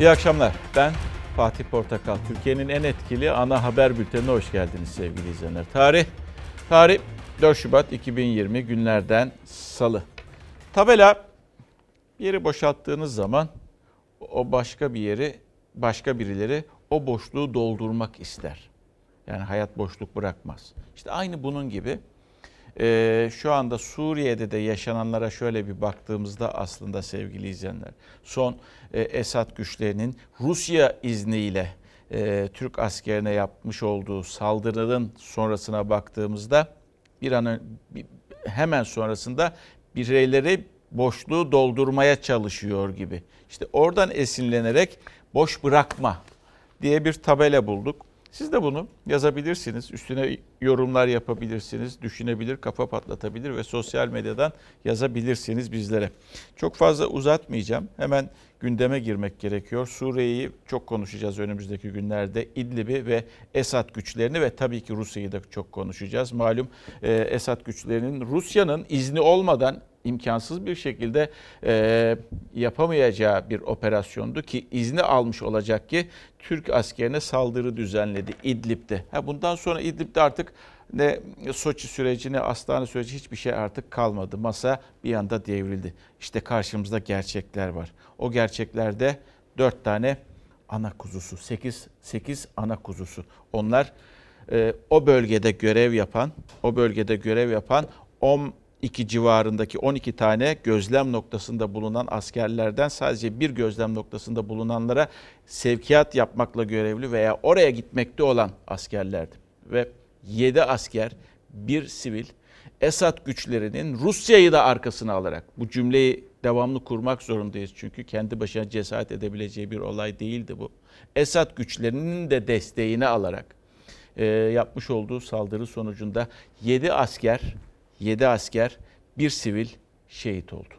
İyi akşamlar. Ben Fatih Portakal. Türkiye'nin en etkili ana haber bültenine hoş geldiniz sevgili izleyenler. Tarih 4 Şubat 2020 günlerden Salı. Tabela bir yeri boşalttığınız zaman o başka birileri o boşluğu doldurmak ister. Yani hayat boşluk bırakmaz. İşte aynı bunun gibi şu anda Suriye'de de yaşananlara şöyle bir baktığımızda aslında sevgili izleyenler, son Esad güçlerinin Rusya izniyle Türk askerine yapmış olduğu saldırının sonrasına baktığımızda hemen sonrasında bireyleri boşluğu doldurmaya çalışıyor gibi. İşte oradan esinlenerek boş bırakma diye bir tabela bulduk. Siz de bunu yazabilirsiniz, üstüne yorumlar yapabilirsiniz, düşünebilir, kafa patlatabilir ve sosyal medyadan yazabilirsiniz bizlere. Çok fazla uzatmayacağım, hemen gündeme girmek gerekiyor. Suriye'yi çok konuşacağız önümüzdeki günlerde, İdlib'i ve Esad güçlerini ve tabii ki Rusya'yı da çok konuşacağız. Malum Esad güçlerinin Rusya'nın izni olmadan imkansız bir şekilde yapamayacağı bir operasyondu ki izni almış olacak ki Türk askerine saldırı düzenledi İdlib'de. Bundan sonra İdlib'de artık ne Soçi süreci ne Astana süreci hiçbir şey artık kalmadı. Masa bir anda devrildi. İşte karşımızda gerçekler var. O gerçeklerde 4 tane ana kuzusu, 8 ana kuzusu. Onlar o bölgede görev yapan 12 civarındaki 12 tane gözlem noktasında bulunan askerlerden sadece bir gözlem noktasında bulunanlara sevkiyat yapmakla görevli veya oraya gitmekte olan askerlerdi. Ve 7 asker, bir sivil, Esad güçlerinin Rusya'yı da arkasına alarak, bu cümleyi devamlı kurmak zorundayız çünkü kendi başına cesaret edebileceği bir olay değildi bu. Esad güçlerinin de desteğini alarak yapmış olduğu saldırı sonucunda 7 asker, bir sivil şehit oldu.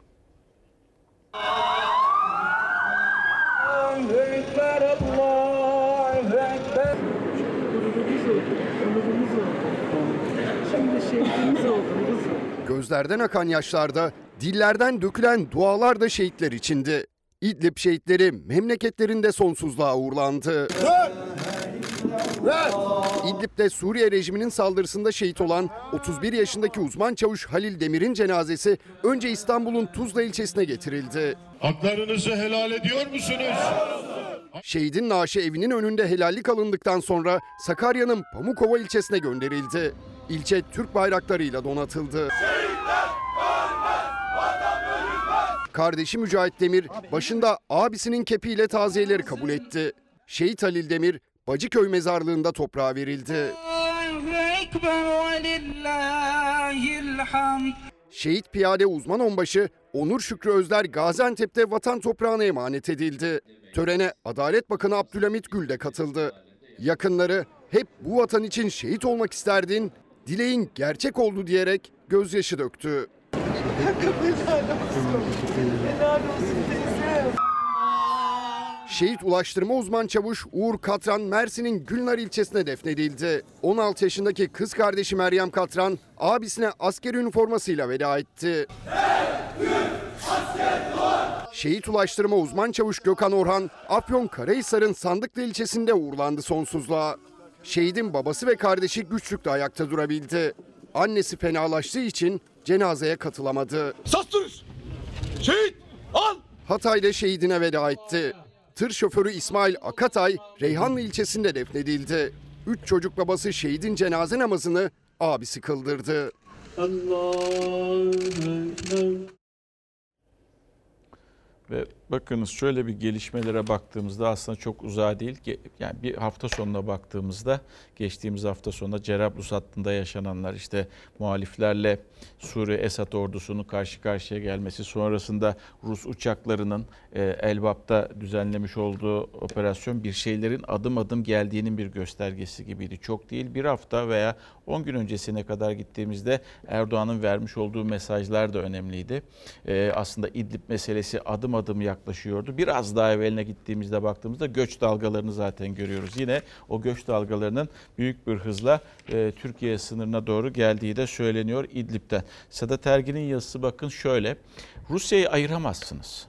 Gözlerden akan yaşlarda, dillerden dökülen dualar da şehitler içindi. İdlib şehitleri memleketlerinde sonsuzluğa uğurlandı. İdlib'de Suriye rejiminin saldırısında şehit olan 31 yaşındaki uzman çavuş Halil Demir'in cenazesi önce İstanbul'un Tuzla ilçesine getirildi. Haklarınızı helal ediyor musunuz? Şehidin naaşı evinin önünde helallik alındıktan sonra Sakarya'nın Pamukova ilçesine gönderildi. İlçe Türk bayraklarıyla donatıldı. Kardeşi Mücahit Demir başında abisinin kepiyle taziyeleri kabul etti. Şehit Halil Demir Bacıköy mezarlığında toprağa verildi. Şehit piyade uzman onbaşı Onur Şükrü Özler Gaziantep'te vatan toprağına emanet edildi. Törene Adalet Bakanı Abdülhamit Gül de katıldı. Yakınları hep bu vatan için şehit olmak isterdin, dileğin gerçek oldu diyerek gözyaşı döktü. Şehit ulaştırma uzman çavuş Uğur Katran Mersin'in Gülnar ilçesine defnedildi. 16 yaşındaki kız kardeşi Meryem Katran abisine asker üniformasıyla veda etti. Şehit ulaştırma uzman çavuş Gökhan Orhan Afyonkarahisar'ın Sandıklı ilçesinde uğurlandı sonsuzluğa. Şehidin babası ve kardeşi güçlükle ayakta durabildi. Annesi fenalaştığı için cenazeye katılamadı. Sastırız! Şehit! Al! Hatay'da şehidine veda etti. Tır şoförü İsmail Akatay Reyhanlı ilçesinde defnedildi. 3 çocuk babası şehidin cenaze namazını abisi kıldırdı. Ve bakınız şöyle bir gelişmelere baktığımızda aslında çok uzağa değil. Yani bir hafta sonuna baktığımızda geçtiğimiz hafta sonunda Cerablus hattında yaşananlar, işte muhaliflerle Suriye Esad ordusunun karşı karşıya gelmesi, sonrasında Rus uçaklarının Elbap'ta düzenlemiş olduğu operasyon bir şeylerin adım adım geldiğinin bir göstergesi gibiydi. Çok değil, bir hafta veya 10 gün öncesine kadar gittiğimizde Erdoğan'ın vermiş olduğu mesajlar da önemliydi. Aslında İdlib meselesi adım adım yaklaşıyordu. Biraz daha evveline gittiğimizde baktığımızda göç dalgalarını zaten görüyoruz. Yine o göç dalgalarının büyük bir hızla Türkiye sınırına doğru geldiği de söyleniyor İdlib'den. Sedat Ergin'in yazısı bakın şöyle: Rusya'yı ayıramazsınız.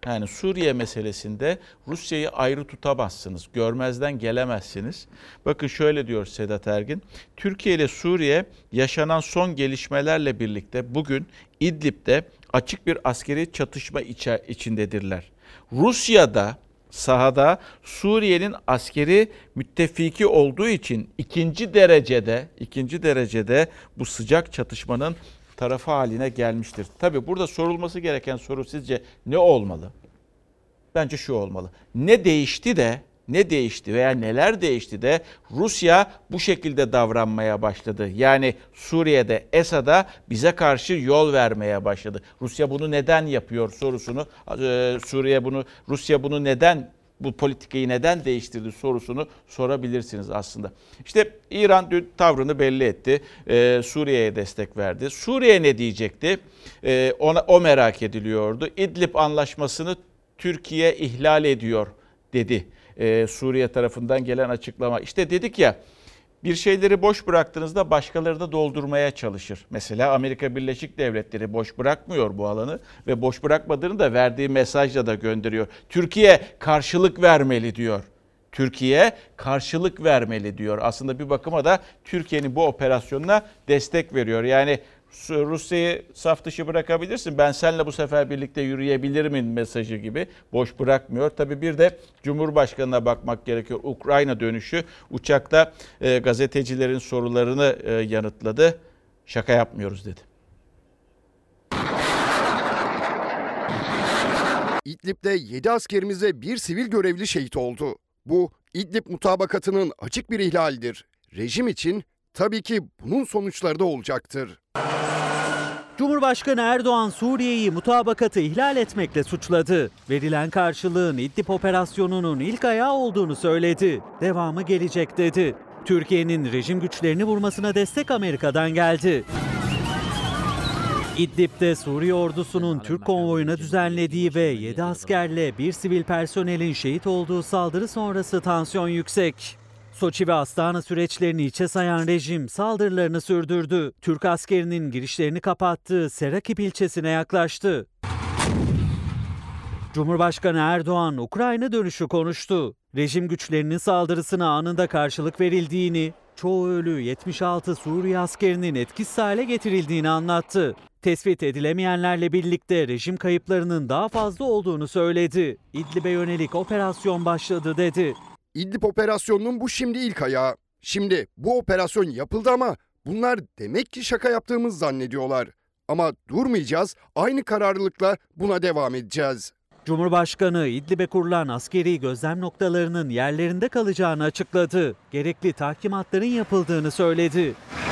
Yani Suriye meselesinde Rusya'yı ayrı tutamazsınız, görmezden gelemezsiniz. Bakın şöyle diyor Sedat Ergin, Türkiye ile Suriye yaşanan son gelişmelerle birlikte bugün İdlib'de açık bir askeri çatışma içindedirler. Rusya'da sahada Suriye'nin askeri müttefiki olduğu için ikinci derecede bu sıcak çatışmanın tarafı haline gelmiştir. Tabii burada sorulması gereken soru sizce ne olmalı? Bence şu olmalı. Ne değişti veya neler değişti de Rusya bu şekilde davranmaya başladı? Yani Suriye'de Esad'a bize karşı yol vermeye başladı. Rusya bunu neden yapıyor sorusunu, Rusya bunu neden, bu politikayı neden değiştirdi sorusunu sorabilirsiniz aslında. İşte İran dün tavrını belli etti. Suriye'ye destek verdi. Suriye ne diyecekti? O merak ediliyordu. İdlib anlaşmasını Türkiye ihlal ediyor dedi. Suriye tarafından gelen açıklama. İşte dedik ya, bir şeyleri boş bıraktığınızda başkaları da doldurmaya çalışır. Mesela Amerika Birleşik Devletleri boş bırakmıyor bu alanı ve boş bırakmadığını da verdiği mesajla da gönderiyor. Türkiye karşılık vermeli diyor. Türkiye karşılık vermeli diyor. Aslında bir bakıma da Türkiye'nin bu operasyonuna destek veriyor. Yani Rusya'yı saf dışı bırakabilirsin, ben seninle bu sefer birlikte yürüyebilirim mesajı gibi boş bırakmıyor. Tabii bir de Cumhurbaşkanı'na bakmak gerekiyor. Ukrayna dönüşü uçakta gazetecilerin sorularını yanıtladı. Şaka yapmıyoruz dedi. İdlib'de 7 askerimiz ve bir sivil görevli şehit oldu. Bu İdlib mutabakatının açık bir ihlalidir. Rejim için tabii ki bunun sonuçları da olacaktır. Cumhurbaşkanı Erdoğan Suriye'yi mutabakatı ihlal etmekle suçladı. Verilen karşılığın İdlib operasyonunun ilk ayağı olduğunu söyledi. Devamı gelecek dedi. Türkiye'nin rejim güçlerini vurmasına destek Amerika'dan geldi. İdlib'de Suriye ordusunun Türk konvoyuna düzenlediği ve 7 askerle bir sivil personelin şehit olduğu saldırı sonrası tansiyon yüksek. Soçi ve Astana süreçlerini içe sayan rejim saldırılarını sürdürdü. Türk askerinin girişlerini kapattığı Serakip ilçesine yaklaştı. Cumhurbaşkanı Erdoğan Ukrayna dönüşü konuştu. Rejim güçlerinin saldırısına anında karşılık verildiğini, çoğu ölü 76 Suriye askerinin etkisiz hale getirildiğini anlattı. Tespit edilemeyenlerle birlikte rejim kayıplarının daha fazla olduğunu söyledi. İdlib'e yönelik operasyon başladı dedi. İdlib operasyonunun bu şimdi ilk ayağı. Şimdi bu operasyon yapıldı ama bunlar demek ki şaka yaptığımız zannediyorlar. Ama durmayacağız, aynı kararlılıkla buna devam edeceğiz. Cumhurbaşkanı İdlib'e kurulan askeri gözlem noktalarının yerlerinde kalacağını açıkladı. Gerekli tahkimatların yapıldığını söyledi.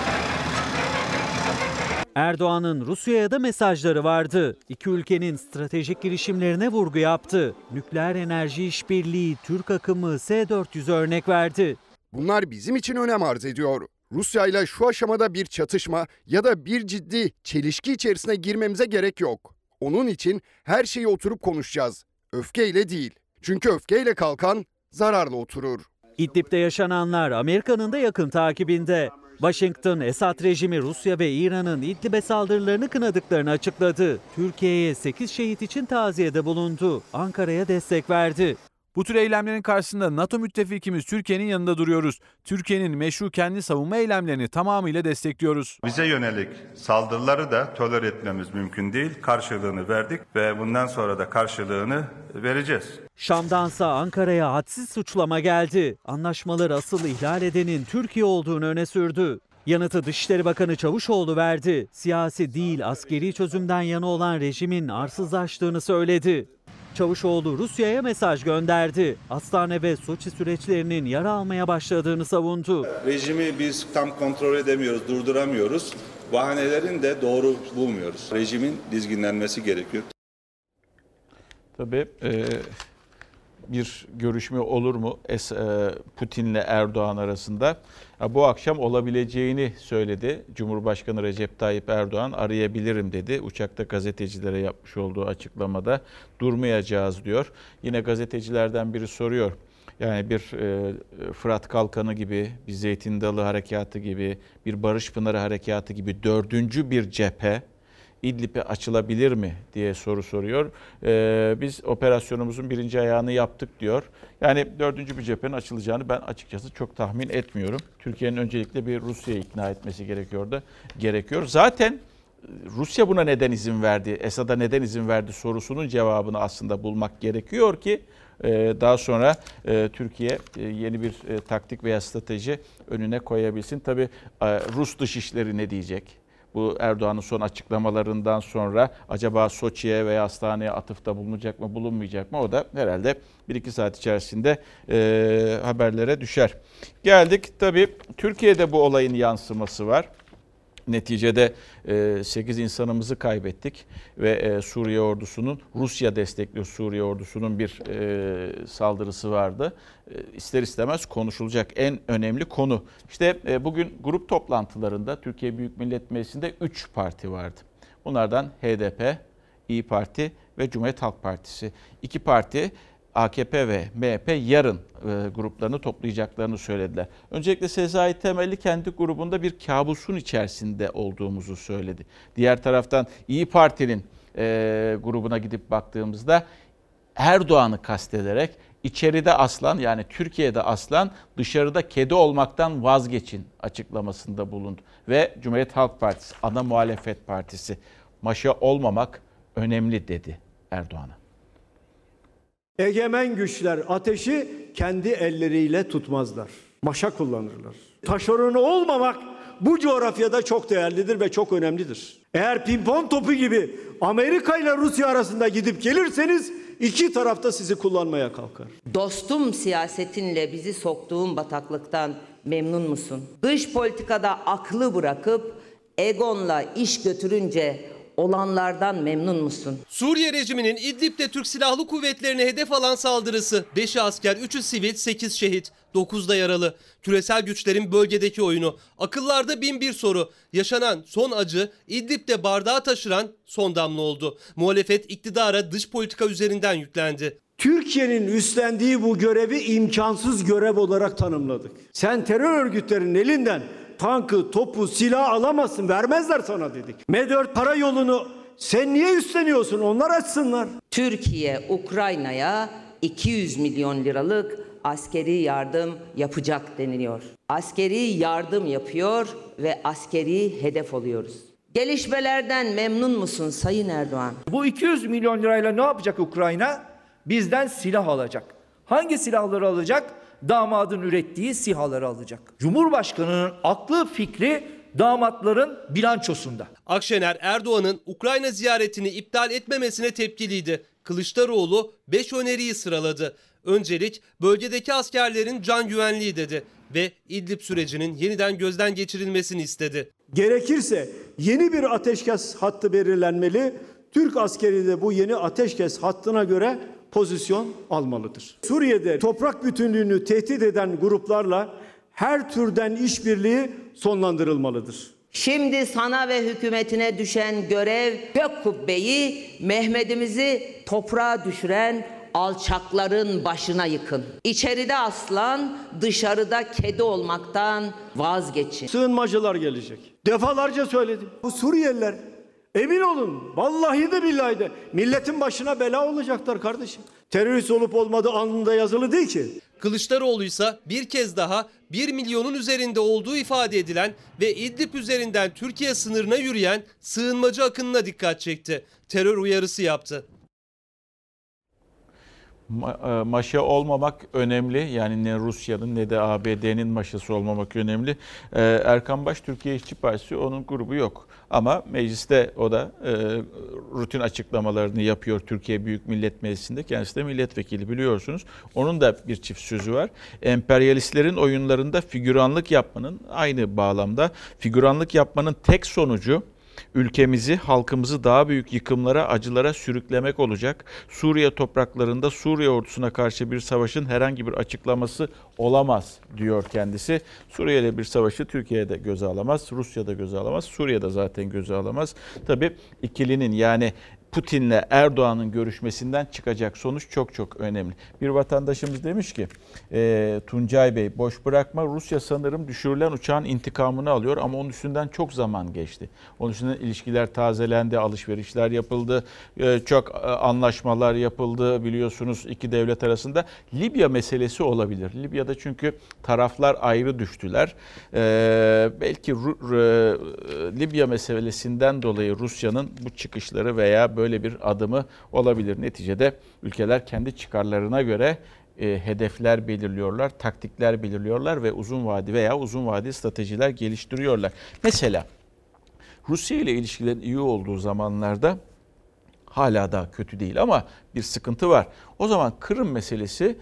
Erdoğan'ın Rusya'ya da mesajları vardı. İki ülkenin stratejik girişimlerine vurgu yaptı. Nükleer enerji işbirliği, Türk akımı, S-400 örnek verdi. Bunlar bizim için önem arz ediyor. Rusya ile şu aşamada bir çatışma ya da bir ciddi çelişki içerisine girmemize gerek yok. Onun için her şeyi oturup konuşacağız. Öfkeyle değil. Çünkü öfkeyle kalkan zararla oturur. İdlib'de yaşananlar Amerika'nın da yakın takibinde. Washington, Esad rejimi Rusya ve İran'ın İdlib'e saldırılarını kınadıklarını açıkladı. Türkiye'ye 8 şehit için taziyede bulundu. Ankara'ya destek verdi. Bu tür eylemlerin karşısında NATO müttefikimiz Türkiye'nin yanında duruyoruz. Türkiye'nin meşru kendi savunma eylemlerini tamamıyla destekliyoruz. Bize yönelik saldırıları da tolere etmemiz mümkün değil. Karşılığını verdik ve bundan sonra da karşılığını vereceğiz. Şam'dansa Ankara'ya hadsiz suçlama geldi. Anlaşmaları asıl ihlal edenin Türkiye olduğunu öne sürdü. Yanıtı Dışişleri Bakanı Çavuşoğlu verdi. Siyasi değil askeri çözümden yana olan rejimin arsızlaştığını söyledi. Çavuşoğlu Rusya'ya mesaj gönderdi. Astana ve Soçi süreçlerinin yara almaya başladığını savundu. Rejimi biz tam kontrol edemiyoruz, durduramıyoruz. Bahanelerin de doğru bulmuyoruz. Rejimin dizginlenmesi gerekiyor. Tabii bir görüşme olur mu Putin'le Erdoğan arasında? Bu akşam olabileceğini söyledi. Cumhurbaşkanı Recep Tayyip Erdoğan arayabilirim dedi. Uçakta gazetecilere yapmış olduğu açıklamada durmayacağız diyor. Yine gazetecilerden biri soruyor. Yani bir Fırat Kalkanı gibi, bir Zeytin Dalı Harekatı gibi, bir Barış Pınarı Harekatı gibi dördüncü bir cephe İdlib'e açılabilir mi diye soru soruyor. Biz operasyonumuzun birinci ayağını yaptık diyor. Yani 4. bir cephenin açılacağını ben açıkçası çok tahmin etmiyorum. Türkiye'nin öncelikle bir Rusya'yı ikna etmesi gerekiyor. Zaten Rusya buna neden izin verdi, Esad'a neden izin verdi sorusunun cevabını aslında bulmak gerekiyor ki daha sonra Türkiye yeni bir taktik veya strateji önüne koyabilsin. Tabii Rus dışişleri ne diyecek? Bu Erdoğan'ın son açıklamalarından sonra acaba Soçi'ye veya hastaneye atıfta bulunacak mı, bulunmayacak mı? O da herhalde 1-2 saat içerisinde haberlere düşer. Geldik tabii Türkiye'de bu olayın yansıması var. Neticede 8 insanımızı kaybettik ve Suriye ordusunun, Rusya destekli Suriye ordusunun bir saldırısı vardı. İster istemez konuşulacak en önemli konu. İşte bugün grup toplantılarında Türkiye Büyük Millet Meclisi'nde 3 parti vardı. Bunlardan HDP, İYİ Parti ve Cumhuriyet Halk Partisi. 2 parti AKP ve MHP yarın gruplarını toplayacaklarını söylediler. Öncelikle Sezai Temelli kendi grubunda bir kabusun içerisinde olduğumuzu söyledi. Diğer taraftan İYİ Parti'nin grubuna gidip baktığımızda Erdoğan'ı kastederek içeride aslan, yani Türkiye'de aslan, dışarıda kedi olmaktan vazgeçin açıklamasında bulundu. Ve Cumhuriyet Halk Partisi, ana muhalefet partisi, maşa olmamak önemli dedi Erdoğan'a. Egemen güçler ateşi kendi elleriyle tutmazlar. Maşa kullanırlar. Taşeronu olmamak bu coğrafyada çok değerlidir ve çok önemlidir. Eğer pimpon topu gibi Amerika ile Rusya arasında gidip gelirseniz iki tarafta sizi kullanmaya kalkar. Dostum siyasetinle bizi soktuğun bataklıktan memnun musun? Dış politikada aklı bırakıp egonla iş götürünce olanlardan memnun musun? Suriye rejiminin İdlib'de Türk Silahlı Kuvvetleri'ne hedef alan saldırısı. 5'i asker, 3'ü sivil, 8 şehit, 9 da yaralı. Küresel güçlerin bölgedeki oyunu. Akıllarda bin bir soru. Yaşanan son acı İdlib'de bardağı taşıran son damla oldu. Muhalefet iktidara dış politika üzerinden yüklendi. Türkiye'nin üstlendiği bu görevi imkansız görev olarak tanımladık. Sen terör örgütlerinin elinden tankı, topu, silah alamazsın, vermezler sana dedik. M4 karayolunu sen niye üstleniyorsun? Onlar açsınlar. Türkiye, Ukrayna'ya 200 milyon liralık askeri yardım yapacak deniliyor. Askeri yardım yapıyor ve askeri hedef oluyoruz. Gelişmelerden memnun musun Sayın Erdoğan? Bu 200 milyon lirayla ne yapacak Ukrayna? Bizden silah alacak. Hangi silahları alacak? Damadın ürettiği SİHA'ları alacak. Cumhurbaşkanının aklı fikri damatların bilançosunda. Akşener Erdoğan'ın Ukrayna ziyaretini iptal etmemesine tepkiliydi. Kılıçdaroğlu 5 öneriyi sıraladı. Öncelik bölgedeki askerlerin can güvenliği dedi ve İdlib sürecinin yeniden gözden geçirilmesini istedi. Gerekirse yeni bir ateşkes hattı belirlenmeli. Türk askeri de bu yeni ateşkes hattına göre pozisyon almalıdır. Suriye'de toprak bütünlüğünü tehdit eden gruplarla her türden işbirliği sonlandırılmalıdır. Şimdi sana ve hükümetine düşen görev gök kubbeyi, Mehmet'imizi toprağa düşüren alçakların başına yıkın. İçeride aslan, dışarıda kedi olmaktan vazgeçin. Sığınmacılar gelecek. Defalarca söyledim. Bu Suriyeliler emin olun, vallahi de billahi de milletin başına bela olacaklar kardeşim. Terörist olup olmadığı alnında yazılı değil ki. Kılıçdaroğlu ise bir kez daha 1 milyonun üzerinde olduğu ifade edilen ve İdlib üzerinden Türkiye sınırına yürüyen sığınmacı akınına dikkat çekti. Terör uyarısı yaptı. Maşa olmamak önemli. Yani ne Rusya'nın ne de ABD'nin maşası olmamak önemli. Erkan Baş Türkiye İşçi Partisi, onun grubu yok. Ama mecliste o da rutin açıklamalarını yapıyor Türkiye Büyük Millet Meclisi'nde. Kendisi de milletvekili, biliyorsunuz. Onun da bir çift sözü var. Emperyalistlerin oyunlarında figüranlık yapmanın, aynı bağlamda figüranlık yapmanın tek sonucu ülkemizi, halkımızı daha büyük yıkımlara, acılara sürüklemek olacak. Suriye topraklarında Suriye ordusuna karşı bir savaşın herhangi bir açıklaması olamaz diyor kendisi. Suriye'yle bir savaşı Türkiye'de göze alamaz, Rusya'da göze alamaz, Suriye'de zaten göze alamaz. Tabii ikilinin, yani Putin'le Erdoğan'ın görüşmesinden çıkacak sonuç çok çok önemli. Bir vatandaşımız demiş ki Tuncay Bey boş bırakma, Rusya sanırım düşürülen uçağın intikamını alıyor ama onun üstünden çok zaman geçti. Onun üstünden ilişkiler tazelendi, alışverişler yapıldı, çok anlaşmalar yapıldı biliyorsunuz iki devlet arasında. Libya meselesi olabilir. Libya'da çünkü taraflar ayrı düştüler. Belki Libya meselesinden dolayı Rusya'nın bu çıkışları veya böyle bir adımı olabilir. Neticede ülkeler kendi çıkarlarına göre hedefler belirliyorlar, taktikler belirliyorlar ve uzun vadeli stratejiler geliştiriyorlar. Mesela Rusya ile ilişkilerin iyi olduğu zamanlarda hala da kötü değil ama bir sıkıntı var. O zaman Kırım meselesi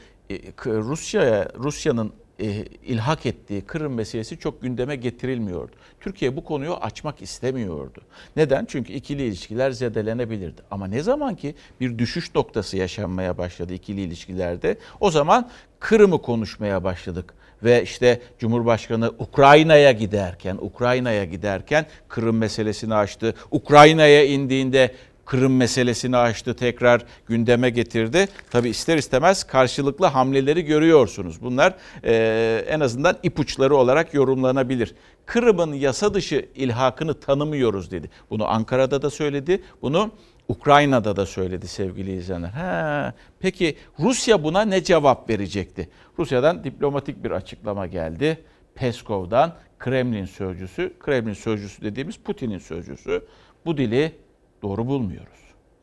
Rusya'nın ilhak ettiği Kırım meselesi çok gündeme getirilmiyordu. Türkiye bu konuyu açmak istemiyordu. Neden? Çünkü ikili ilişkiler zedelenebilirdi. Ama ne zaman ki bir düşüş noktası yaşanmaya başladı ikili ilişkilerde, o zaman Kırım'ı konuşmaya başladık. Ve işte Cumhurbaşkanı Ukrayna'ya giderken Kırım meselesini açtı. Ukrayna'ya indiğinde Kırım meselesini açtı, tekrar gündeme getirdi. Tabii ister istemez karşılıklı hamleleri görüyorsunuz. Bunlar en azından ipuçları olarak yorumlanabilir. Kırım'ın yasa dışı ilhakını tanımıyoruz dedi. Bunu Ankara'da da söyledi, bunu Ukrayna'da da söyledi sevgili izleyenler. Peki Rusya buna ne cevap verecekti? Rusya'dan diplomatik bir açıklama geldi. Peskov'dan, Kremlin sözcüsü dediğimiz Putin'in sözcüsü. Bu dili doğru bulmuyoruz.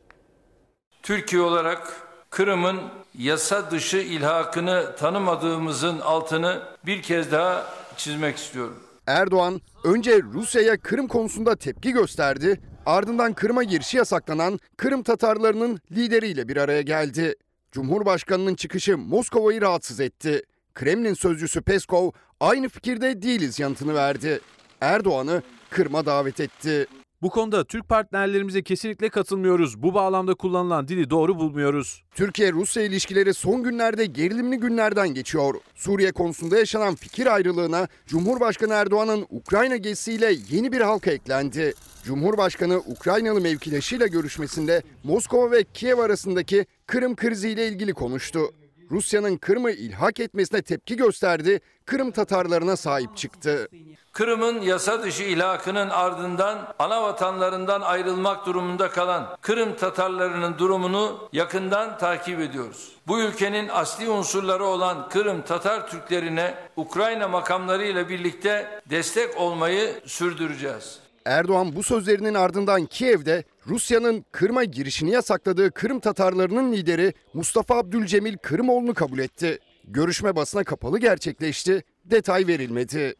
Türkiye olarak Kırım'ın yasa dışı ilhakını tanımadığımızın altını bir kez daha çizmek istiyorum. Erdoğan önce Rusya'ya Kırım konusunda tepki gösterdi, ardından Kırım'a girişi yasaklanan Kırım Tatarlarının lideriyle bir araya geldi. Cumhurbaşkanının çıkışı Moskova'yı rahatsız etti. Kremlin sözcüsü Peskov aynı fikirde değiliz yanıtını verdi. Erdoğan'ı Kırım'a davet etti. Bu konuda Türk partnerlerimize kesinlikle katılmıyoruz. Bu bağlamda kullanılan dili doğru bulmuyoruz. Türkiye-Rusya ilişkileri son günlerde gerilimli günlerden geçiyor. Suriye konusunda yaşanan fikir ayrılığına Cumhurbaşkanı Erdoğan'ın Ukrayna gezisiyle yeni bir halka eklendi. Cumhurbaşkanı Ukraynalı mevkidaşıyla görüşmesinde Moskova ve Kiev arasındaki Kırım kriziyle ilgili konuştu. Rusya'nın Kırım'ı ilhak etmesine tepki gösterdi, Kırım Tatarlarına sahip çıktı. Kırım'ın yasa dışı ilhakının ardından ana vatanlarından ayrılmak durumunda kalan Kırım Tatarlarının durumunu yakından takip ediyoruz. Bu ülkenin asli unsurları olan Kırım Tatar Türklerine Ukrayna makamlarıyla birlikte destek olmayı sürdüreceğiz. Erdoğan bu sözlerinin ardından Kiev'de Rusya'nın Kırım'a girişini yasakladığı Kırım Tatarlarının lideri Mustafa Abdülcemil Kırımoğlu'nu kabul etti. Görüşme basına kapalı gerçekleşti, detay verilmedi.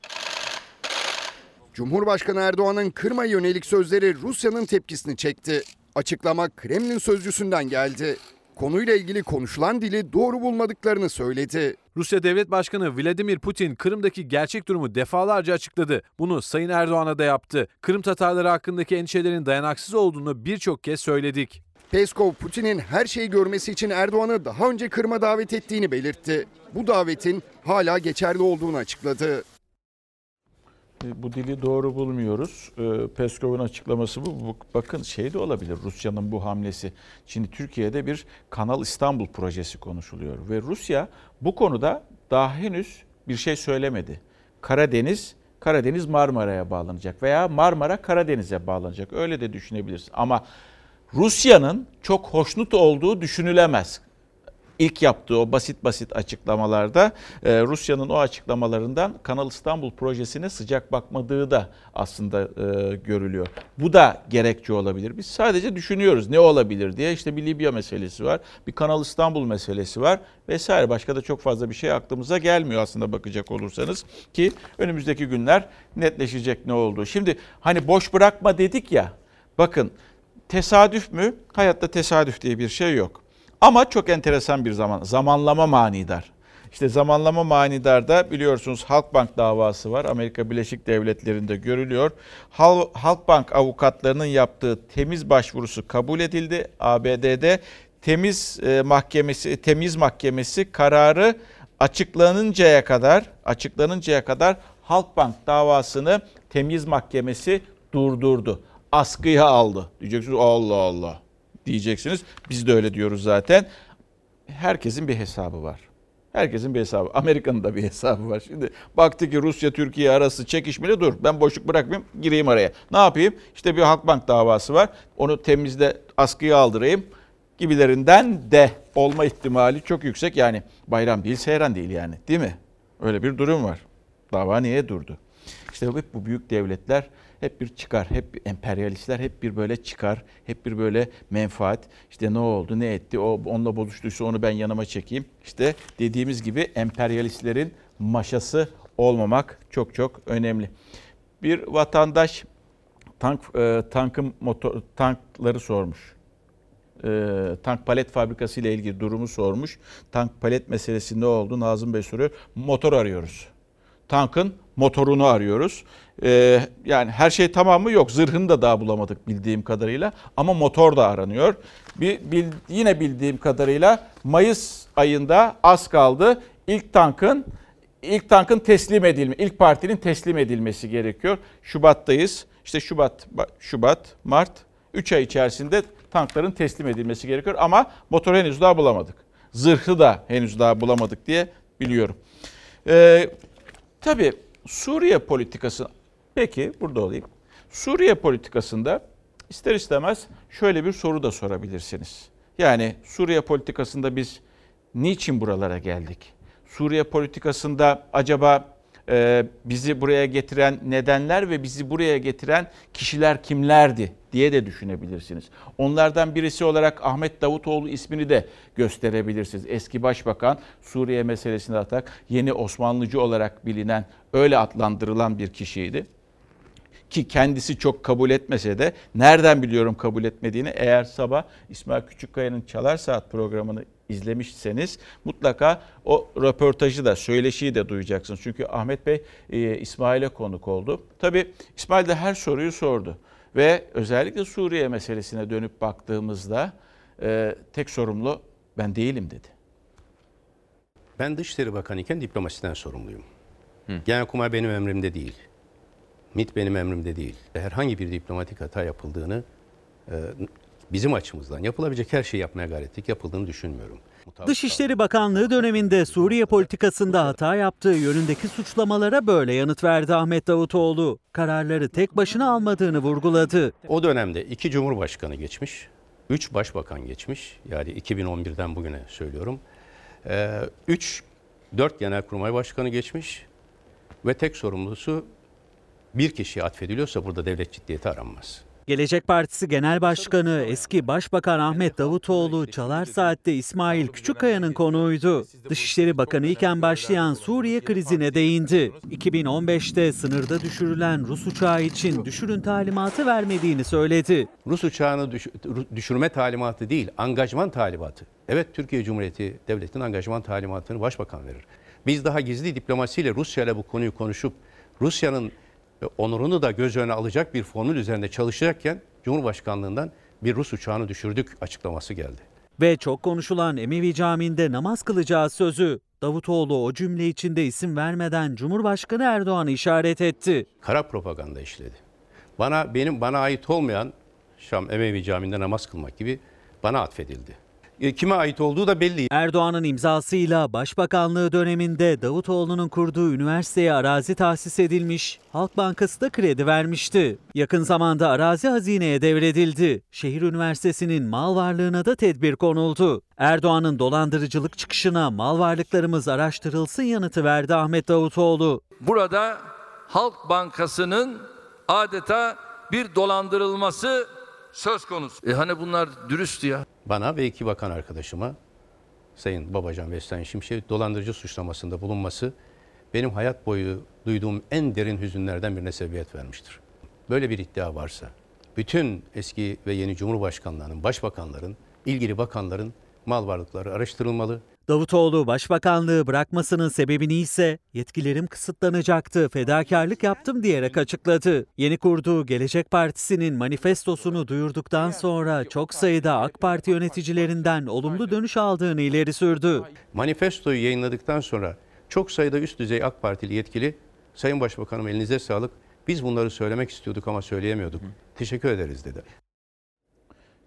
Cumhurbaşkanı Erdoğan'ın Kırım'a yönelik sözleri Rusya'nın tepkisini çekti. Açıklama Kremlin sözcüsünden geldi. Konuyla ilgili konuşulan dili doğru bulmadıklarını söyledi. Rusya Devlet Başkanı Vladimir Putin Kırım'daki gerçek durumu defalarca açıkladı. Bunu Sayın Erdoğan'a da yaptı. Kırım Tatarları hakkındaki endişelerin dayanaksız olduğunu birçok kez söyledik. Peskov, Putin'in her şeyi görmesi için Erdoğan'ı daha önce Kırım'a davet ettiğini belirtti. Bu davetin hala geçerli olduğunu açıkladı. Bu dili doğru bulmuyoruz. Peskov'un açıklaması bu. Bakın şey de olabilir, Rusya'nın bu hamlesi. Şimdi Türkiye'de bir Kanal İstanbul projesi konuşuluyor ve Rusya bu konuda daha henüz bir şey söylemedi. Karadeniz Marmara'ya bağlanacak veya Marmara Karadeniz'e bağlanacak. Öyle de düşünebiliriz. Ama Rusya'nın çok hoşnut olduğu düşünülemez. İlk yaptığı o basit açıklamalarda Rusya'nın o açıklamalarından Kanal İstanbul projesine sıcak bakmadığı da aslında görülüyor. Bu da gerekçe olabilir. Biz sadece düşünüyoruz ne olabilir diye. İşte bir Libya meselesi var, bir Kanal İstanbul meselesi var vesaire. Başka da çok fazla bir şey aklımıza gelmiyor aslında bakacak olursanız ki önümüzdeki günler netleşecek ne olduğu. Şimdi hani boş bırakma dedik ya, bakın tesadüf mü? Hayatta tesadüf diye bir şey yok. Ama çok enteresan bir zamanlama manidar. İşte zamanlama manidarda biliyorsunuz Halkbank davası var. Amerika Birleşik Devletleri'nde görülüyor. Halkbank avukatlarının yaptığı temiz başvurusu kabul edildi. ABD'de temiz mahkemesi kararı açıklanıncaya kadar Halkbank davasını temiz mahkemesi durdurdu. Askıya aldı. Diyeceksiniz Allah Allah. diyeceksiniz. Biz de öyle diyoruz zaten. Herkesin bir hesabı var. Herkesin bir hesabı. Amerika'nın da bir hesabı var. Şimdi baktı ki Rusya-Türkiye arası çekişmeli, dur ben boşluk bırakmayayım, gireyim araya. Ne yapayım? İşte bir Halkbank davası var. Onu temizle, askıya aldırayım gibilerinden de olma ihtimali çok yüksek. Yani bayram değil, seyran değil yani, değil mi? Öyle bir durum var. Dava niye durdu? İşte hep bu büyük devletler hep bir çıkar, hep emperyalistler hep bir böyle çıkar, hep bir böyle menfaat. İşte ne oldu, ne etti, o onunla buluştuysa onu ben yanıma çekeyim. İşte dediğimiz gibi emperyalistlerin maşası olmamak çok çok önemli. Bir vatandaş tankları sormuş. Tank palet fabrikası ile ilgili durumu sormuş. Tank palet meselesi ne oldu? Nazım Bey soruyor. Motor arıyoruz. Tankın motorunu arıyoruz. Yani her şey tamam mı? Yok. Zırhını da daha bulamadık bildiğim kadarıyla. Ama motor da aranıyor. Yine bildiğim kadarıyla Mayıs ayında az kaldı. İlk tankın teslim ilk partinin teslim edilmesi gerekiyor. Şubat'tayız. İşte Şubat, Mart 3 ay içerisinde tankların teslim edilmesi gerekiyor ama motoru henüz daha bulamadık. Zırhı da henüz daha bulamadık diye biliyorum. Tabii Suriye politikası, peki burada olayım. Suriye politikasında ister istemez şöyle bir soru da sorabilirsiniz. Yani Suriye politikasında biz niçin buralara geldik? Suriye politikasında acaba bizi buraya getiren nedenler ve bizi buraya getiren kişiler kimlerdi diye de düşünebilirsiniz. Onlardan birisi olarak Ahmet Davutoğlu ismini de gösterebilirsiniz. Eski başbakan, Suriye meselesinde atak, yeni Osmanlıcı olarak bilinen, öyle adlandırılan bir kişiydi. Ki kendisi çok kabul etmese de, nereden biliyorum kabul etmediğini? Eğer sabah İsmail Küçükkaya'nın Çalar Saat programını izlemişseniz mutlaka o röportajı da, söyleşiyi de duyacaksınız. Çünkü Ahmet Bey İsmail'e konuk oldu. Tabii İsmail de her soruyu sordu. Ve özellikle Suriye meselesine dönüp baktığımızda tek sorumlu ben değilim dedi. Ben Dışişleri Bakanı iken diplomasiden sorumluyum. Genelkurmay benim emrimde değil. MİT benim emrimde değil. Herhangi bir diplomatik hata yapıldığını bizim açımızdan yapılabilecek her şeyi yapmaya gayret ettik. Yapıldığını düşünmüyorum. Dışişleri Bakanlığı döneminde Suriye politikasında hata yaptığı yönündeki suçlamalara böyle yanıt verdi Ahmet Davutoğlu. Kararları tek başına almadığını vurguladı. O dönemde 2 Cumhurbaşkanı geçmiş, 3 Başbakan geçmiş. Yani 2011'den bugüne söylüyorum. 4 Genelkurmay Başkanı geçmiş ve tek sorumlusu bir kişiye atfediliyorsa burada devlet ciddiyeti aranmaz. Gelecek Partisi Genel Başkanı eski Başbakan Ahmet Davutoğlu Çalar Saat'te İsmail Küçükkaya'nın konuğuydu. Dışişleri Bakanı iken başlayan Suriye krizine değindi. 2015'te sınırda düşürülen Rus uçağı için düşürün talimatı vermediğini söyledi. Rus uçağını düşürme talimatı değil, angajman talimatı. Evet, Türkiye Cumhuriyeti Devleti'nin angajman talimatını Başbakan verir. Biz daha gizli diplomasiyle Rusya ile bu konuyu konuşup Rusya'nın onurunu da göz önüne alacak bir formül üzerinde çalışacakken Cumhurbaşkanlığından bir Rus uçağını düşürdük açıklaması geldi. Ve çok konuşulan Emevi Camii'nde namaz kılacağı sözü. Davutoğlu o cümle içinde isim vermeden Cumhurbaşkanı Erdoğan'ı işaret etti. Kara propaganda işledi. Bana ait olmayan Şam Emevi Camii'nde namaz kılmak gibi bana atfedildi. Kime ait olduğu da belli. Erdoğan'ın imzasıyla Başbakanlığı döneminde Davutoğlu'nun kurduğu üniversiteye arazi tahsis edilmiş, Halk Bankası da kredi vermişti. Yakın zamanda arazi hazineye devredildi. Şehir Üniversitesi'nin mal varlığına da tedbir konuldu. Erdoğan'ın dolandırıcılık çıkışına mal varlıklarımız araştırılsın yanıtı verdi Ahmet Davutoğlu. Burada Halk Bankası'nın adeta bir dolandırılması söz konusu. Hani bunlar dürüst ya. Bana ve 2 bakan arkadaşıma, Sayın Babacan ve Sayın Şimşek, dolandırıcı suçlamasında bulunması benim hayat boyu duyduğum en derin hüzünlerden birine sebebiyet vermiştir. Böyle bir iddia varsa bütün eski ve yeni Cumhurbaşkanlarının, başbakanların, ilgili bakanların mal varlıkları araştırılmalı. Davutoğlu başbakanlığı bırakmasının sebebini ise yetkilerim kısıtlanacaktı, fedakarlık yaptım diyerek açıkladı. Yeni kurduğu Gelecek Partisi'nin manifestosunu duyurduktan sonra çok sayıda AK Parti yöneticilerinden olumlu dönüş aldığını ileri sürdü. Manifestoyu yayınladıktan sonra çok sayıda üst düzey AK Partili yetkili, Sayın Başbakanım elinize sağlık, biz bunları söylemek istiyorduk ama söyleyemiyorduk. Teşekkür ederiz dedi.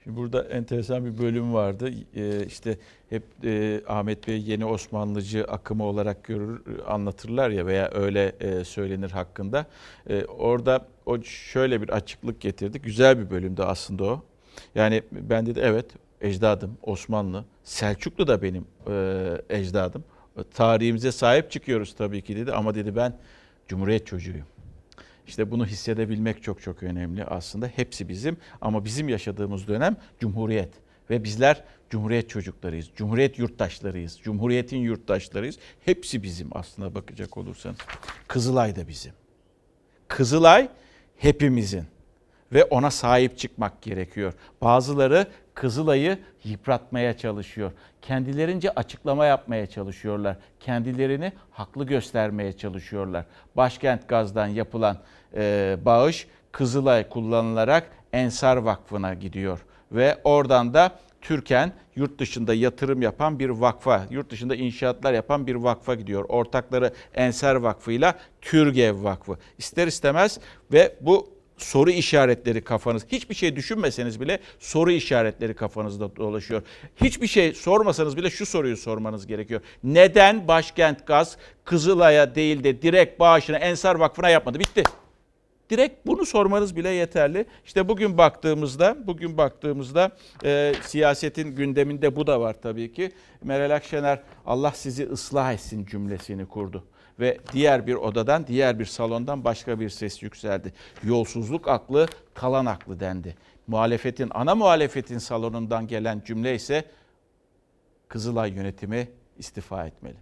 Şimdi burada enteresan bir bölüm vardı. İşte hep Ahmet Bey yeni Osmanlıcı akımı olarak anlatırlar ya veya öyle söylenir hakkında. Orada o şöyle bir açıklık getirdi. Güzel bir bölümdü aslında o. Yani ben dedi evet ecdadım Osmanlı, Selçuklu da benim ecdadım. Tarihimize sahip çıkıyoruz tabii ki dedi ama dedi ben Cumhuriyet çocuğuyum. İşte bunu hissedebilmek çok çok önemli aslında. Hepsi bizim ama bizim yaşadığımız dönem Cumhuriyet. Ve bizler Cumhuriyet çocuklarıyız, Cumhuriyet yurttaşlarıyız, Cumhuriyet'in yurttaşlarıyız. Hepsi bizim aslına bakacak olursanız. Kızılay da bizim. Kızılay hepimizin ve ona sahip çıkmak gerekiyor. Bazıları Kızılay'ı yıpratmaya çalışıyor. Kendilerince açıklama yapmaya çalışıyorlar. Kendilerini haklı göstermeye çalışıyorlar. Başkent Gaz'dan yapılan bağış Kızılay kullanılarak Ensar Vakfı'na gidiyor. Ve oradan da Türken yurt dışında yatırım yapan bir vakfa, yurt dışında inşaatlar yapan bir vakfa gidiyor. Ortakları Ensar Vakfı'yla Türgev Vakfı. İster istemez ve bu soru işaretleri kafanız, hiçbir şey düşünmeseniz bile soru işaretleri kafanızda dolaşıyor. Hiçbir şey sormasanız bile şu soruyu sormanız gerekiyor. Neden Başkent Gaz Kızılay'a değil de direkt bağışını Ensar Vakfı'na yapmadı? Bitti. Direkt bunu sormanız bile yeterli. İşte bugün baktığımızda siyasetin gündeminde bu da var tabii ki. Meral Akşener Allah sizi ıslah etsin cümlesini kurdu. Ve diğer bir odadan, diğer bir salondan başka bir ses yükseldi. Yolsuzluk aklı, kalan aklı dendi. Ana muhalefetin salonundan gelen cümle ise Kızılay yönetimi istifa etmeli.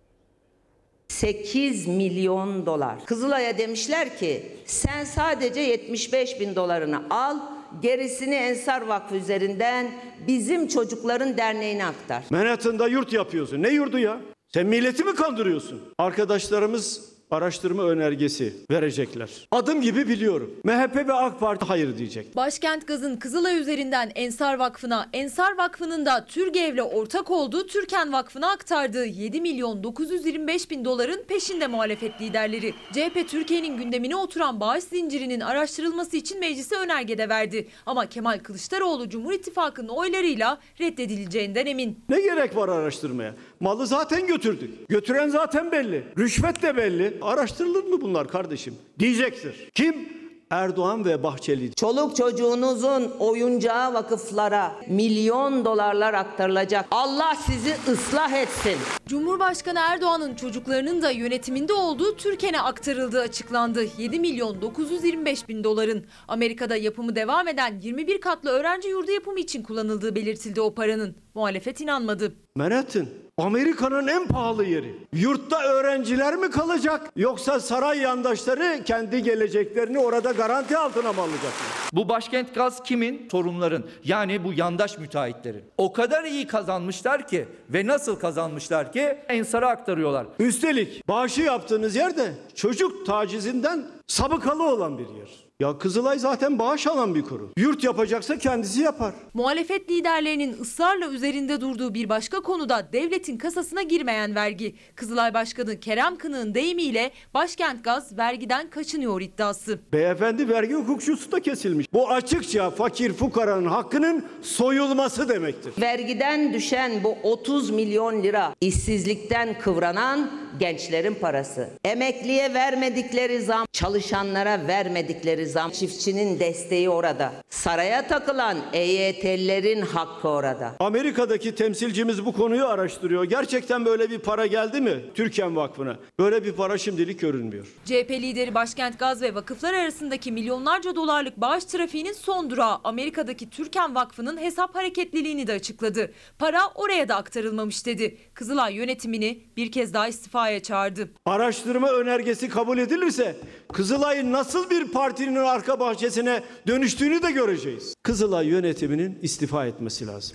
8 milyon dolar. Kızılay'a demişler ki sen sadece 75 bin dolarını al, gerisini Ensar Vakfı üzerinden bizim çocukların derneğine aktar. Manhattan'da yurt yapıyorsun. Ne yurdu ya? Sen milleti mi kandırıyorsun? Arkadaşlarımız araştırma önergesi verecekler. Adım gibi biliyorum. MHP ve AK Parti hayır diyecek. Başkent Gaz'ın Kızılay üzerinden Ensar Vakfı'na, Ensar Vakfı'nın da Türgev'le ortak olduğu Türken Vakfı'na aktardığı 7 milyon 925 bin doların peşinde muhalefet liderleri. CHP Türkiye'nin gündemine oturan bağış zincirinin araştırılması için meclise önerge de verdi. Ama Kemal Kılıçdaroğlu Cumhur İttifakı'nın oylarıyla reddedileceğinden emin. Ne gerek var araştırmaya? Malı zaten götürdük. Götüren zaten belli. Rüşvet de belli. Araştırılır mı bunlar kardeşim? Diyecektir. Kim? Erdoğan ve Bahçeli. Çoluk çocuğunuzun oyuncağı vakıflara milyon dolarlar aktarılacak. Allah sizi ıslah etsin. Cumhurbaşkanı Erdoğan'ın çocuklarının da yönetiminde olduğu Türken'e aktarıldığı açıklandı. 7 milyon 925 bin doların. Amerika'da yapımı devam eden 21 katlı öğrenci yurdu yapımı için kullanıldığı belirtildi o paranın. Muhalefet inanmadı. Manhattan, Amerika'nın en pahalı yeri. Yurtta öğrenciler mi kalacak yoksa saray yandaşları kendi geleceklerini orada garanti altına mı alacaklar? Bu Başkent Gaz kimin? Sorunların. Yani bu yandaş müteahhitlerin. O kadar iyi kazanmışlar ki ve nasıl kazanmışlar ki Ensar'a aktarıyorlar. Üstelik bağışı yaptığınız yerde çocuk tacizinden sabıkalı olan bir yer. Ya Kızılay zaten bağış alan bir kurum. Yurt yapacaksa kendisi yapar. Muhalefet liderlerinin ısrarla üzerinde durduğu bir başka konuda devletin kasasına girmeyen vergi. Kızılay Başkanı Kerem Kınık'ın deyimiyle Başkent Gaz vergiden kaçınıyor iddiası. Beyefendi vergi hukukçusu da kesilmiş. Bu açıkça fakir fukaranın hakkının soyulması demektir. Vergiden düşen bu 30 milyon lira işsizlikten kıvranan gençlerin parası. Emekliye vermedikleri zam, çalışanlara vermedikleri zam, çiftçinin desteği orada. Saraya takılan EYT'lilerin hakkı orada. Amerika'daki temsilcimiz bu konuyu araştırıyor. Gerçekten böyle bir para geldi mi Türken Vakfı'na? Böyle bir para şimdilik görünmüyor. CHP lideri Başkent Gaz ve vakıflar arasındaki milyonlarca dolarlık bağış trafiğinin son durağı Amerika'daki Türken Vakfı'nın hesap hareketliliğini de açıkladı. Para oraya da aktarılmamış dedi. Kızılay yönetimini bir kez daha istifaya çağırdı. Araştırma önergesi kabul edilirse Kızılay'ın nasıl bir partinin arka bahçesine dönüştüğünü de göreceğiz. Kızılay yönetiminin istifa etmesi lazım.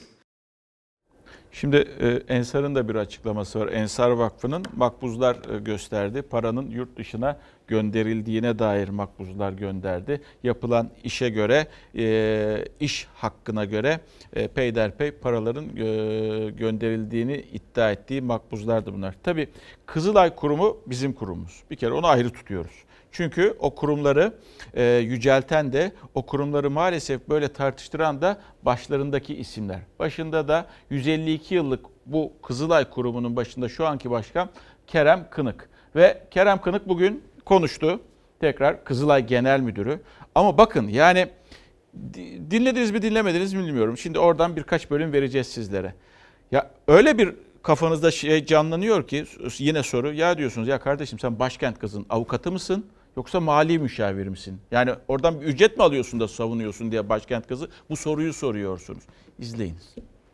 Şimdi Ensar'ın da bir açıklaması var. Ensar Vakfı'nın makbuzlar gösterdi. Paranın yurt dışına gönderildiğine dair makbuzlar gönderdi. Yapılan işe göre, iş hakkına göre peyderpey paraların gönderildiğini iddia ettiği makbuzlardı bunlar. Tabii Kızılay Kurumu bizim kurumumuz. Bir kere onu ayrı tutuyoruz. Çünkü o kurumları yücelten de, o kurumları maalesef böyle tartıştıran da başlarındaki isimler. Başında da 152 yıllık bu Kızılay Kurumu'nun başında şu anki başkan Kerem Kınık. Ve Kerem Kınık bugün konuştu. Tekrar Kızılay Genel Müdürü. Ama bakın yani dinlediniz mi dinlemediniz mi bilmiyorum. Şimdi oradan birkaç bölüm vereceğiz sizlere. Ya öyle bir kafanızda canlanıyor ki yine soru. Ya diyorsunuz ya kardeşim sen Başkent Gaz'ın avukatı mısın yoksa mali müşaviri misin? Yani oradan bir ücret mi alıyorsun da savunuyorsun diye Başkent Gaz'ı bu soruyu soruyorsunuz. İzleyiniz.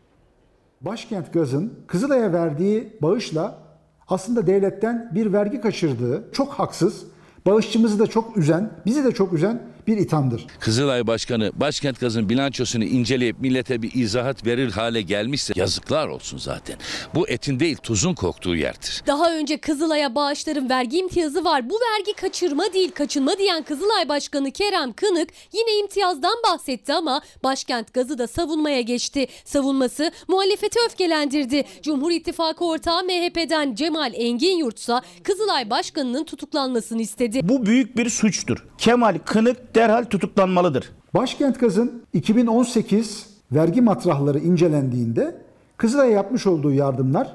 Başkent Gaz'ın Kızılay'a verdiği bağışla aslında devletten bir vergi kaçırdığı çok haksız, bağışçımızı da çok üzen, bizi de çok üzen bir ithamdır. Kızılay Başkanı Başkent Gaz'ın bilançosunu inceleyip millete bir izahat verir hale gelmişse yazıklar olsun zaten. Bu etin değil tuzun koktuğu yerdir. Daha önce Kızılay'a bağışların vergi imtiyazı var. Bu vergi kaçırma değil kaçınma diyen Kızılay Başkanı Kerem Kınık yine imtiyazdan bahsetti ama Başkent Gaz'ı da savunmaya geçti. Savunması muhalefeti öfkelendirdi. Cumhur İttifakı ortağı MHP'den Cemal Enginyurt ise Kızılay Başkanı'nın tutuklanmasını istedi. Bu büyük bir suçtur. Kemal Kınık derhal tutuklanmalıdır. Başkent Gaz'ın 2018 vergi matrahları incelendiğinde Kızılay'a yapmış olduğu yardımlar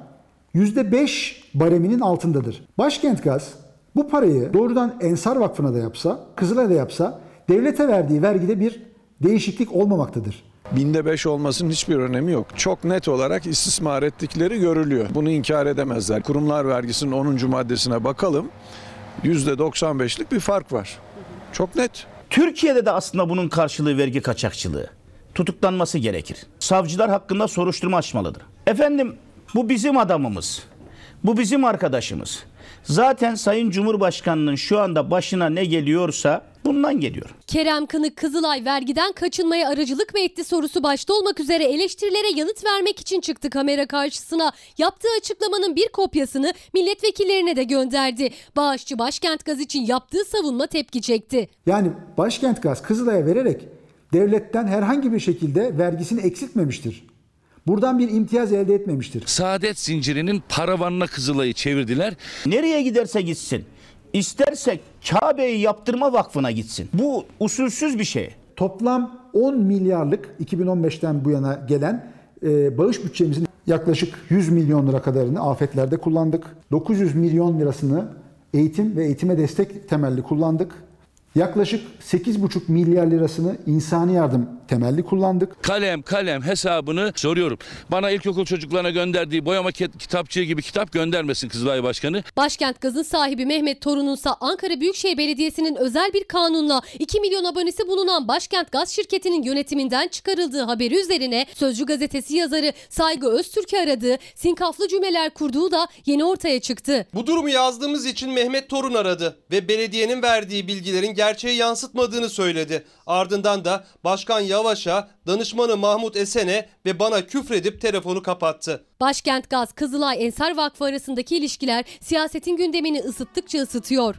%5 bareminin altındadır. Başkent Gaz bu parayı doğrudan Ensar Vakfı'na da yapsa, Kızılay'a da yapsa devlete verdiği vergide bir değişiklik olmamaktadır. Binde 5 olmasının hiçbir önemi yok. Çok net olarak istismar ettikleri görülüyor. Bunu inkar edemezler. Kurumlar vergisinin 10. maddesine bakalım. %95'lik bir fark var. Çok net. Türkiye'de de aslında bunun karşılığı vergi kaçakçılığı. Tutuklanması gerekir. Savcılar hakkında soruşturma açmalıdır. Efendim bu bizim adamımız. Bu bizim arkadaşımız. Zaten Sayın Cumhurbaşkanı'nın şu anda başına ne geliyorsa bundan geliyor. Kerem Kınık Kızılay vergiden kaçınmaya aracılık mı etti sorusu başta olmak üzere eleştirilere yanıt vermek için çıktı kamera karşısına. Yaptığı açıklamanın bir kopyasını milletvekillerine de gönderdi. Bağışçı Başkent Gaz için yaptığı savunma tepki çekti. Yani Başkent Gaz Kızılay'a vererek devletten herhangi bir şekilde vergisini eksiltmemiştir. Buradan bir imtiyaz elde etmemiştir. Saadet zincirinin paravanına Kızılay'ı çevirdiler. Nereye giderse gitsin. İsterse Kabe'yi yaptırma vakfına gitsin. Bu usulsüz bir şey. Toplam 10 milyarlık 2015'ten bu yana gelen bağış bütçemizin yaklaşık 100 milyon lira kadarını afetlerde kullandık. 900 milyon lirasını eğitim ve eğitime destek temelli kullandık. Yaklaşık 8,5 milyar lirasını insani yardım temelli kullandık. Kalem hesabını soruyorum. Bana ilkokul çocuklarına gönderdiği boyama kitapçığı gibi kitap göndermesin Kızılay Başkanı. Başkent Gaz'ın sahibi Mehmet Torun'unsa Ankara Büyükşehir Belediyesi'nin özel bir kanunla 2 milyon abonesi bulunan Başkent Gaz şirketinin yönetiminden çıkarıldığı haberi üzerine Sözcü gazetesi yazarı Saygı Öztürk'ü aradığı, sinkaflı cümleler kurduğu da yeni ortaya çıktı. Bu durumu yazdığımız için Mehmet Torun aradı ve belediyenin verdiği bilgilerin gerçeği yansıtmadığını söyledi. Ardından da Başkan Yavaş'a, danışmanı Mahmut Esen'e ve bana küfredip telefonu kapattı. Başkent Gaz, Kızılay Ensar Vakfı arasındaki ilişkiler siyasetin gündemini ısıttıkça ısıtıyor.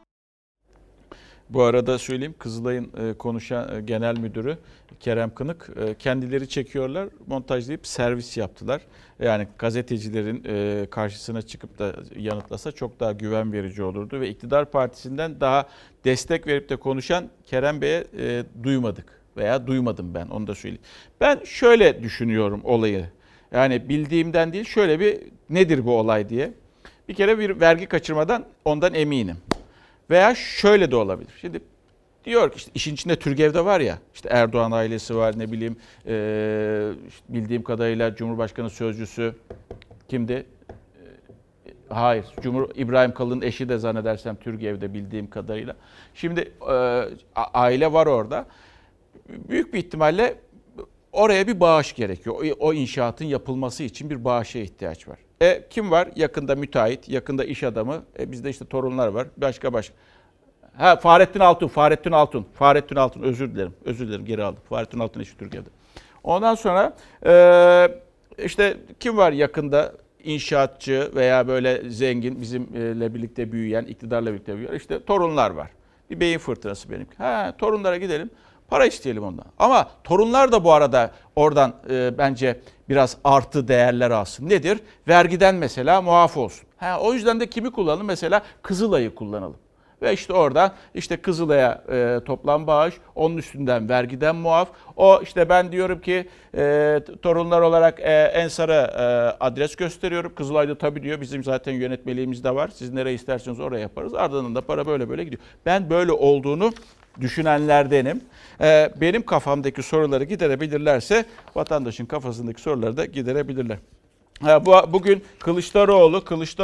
Bu arada söyleyeyim, Kızılay'ın konuşan genel müdürü Kerem Kınık kendileri çekiyorlar, montajlayıp servis yaptılar. Yani gazetecilerin karşısına çıkıp da yanıtlasa çok daha güven verici olurdu ve iktidar partisinden daha destek verip de konuşan Kerem Bey'e duymadık veya duymadım ben, onu da söyleyeyim. Ben şöyle düşünüyorum olayı, yani bildiğimden değil, şöyle bir nedir bu olay diye. Bir kere bir vergi kaçırmadan ondan eminim. Veya şöyle de olabilir. Şimdi diyor ki işte işin içinde Türgev de var ya, işte Erdoğan ailesi var, ne bileyim işte bildiğim kadarıyla Cumhurbaşkanı sözcüsü kimdi? Hayır, İbrahim Kalın'ın eşi de zannedersem Türgev'de bildiğim kadarıyla. Şimdi aile var orada. Büyük bir ihtimalle oraya bir bağış gerekiyor. O inşaatın yapılması için bir bağışa ihtiyaç var. Kim var? Yakında müteahhit, yakında iş adamı. Bizde işte torunlar var. Başka. Fahrettin Altun, özür dilerim, geri aldım. Fahrettin Altun eşi Türkiye'de. Ondan sonra işte kim var yakında? İnşaatçı veya böyle zengin, bizimle birlikte büyüyen, iktidarla birlikte büyüyen, işte torunlar var. Bir beyin fırtınası benimki. Torunlara gidelim, para isteyelim ondan. Ama torunlar da bu arada oradan bence biraz artı değerler alsın. Nedir? Vergiden mesela muaf olsun. O yüzden de kimi kullanalım? Mesela Kızılay'ı kullanalım. Ve işte oradan işte Kızılay'a toplam bağış, onun üstünden vergiden muaf. O işte ben diyorum ki torunlar olarak Ensar'a adres gösteriyorum. Kızılay'da tabii diyor, bizim zaten yönetmeliğimiz de var. Siz nereye isterseniz oraya yaparız. Ardından da para böyle gidiyor. Ben böyle olduğunu düşünenlerdenim. Benim kafamdaki soruları giderebilirlerse vatandaşın kafasındaki soruları da giderebilirler. Bugün Kılıçdaroğlu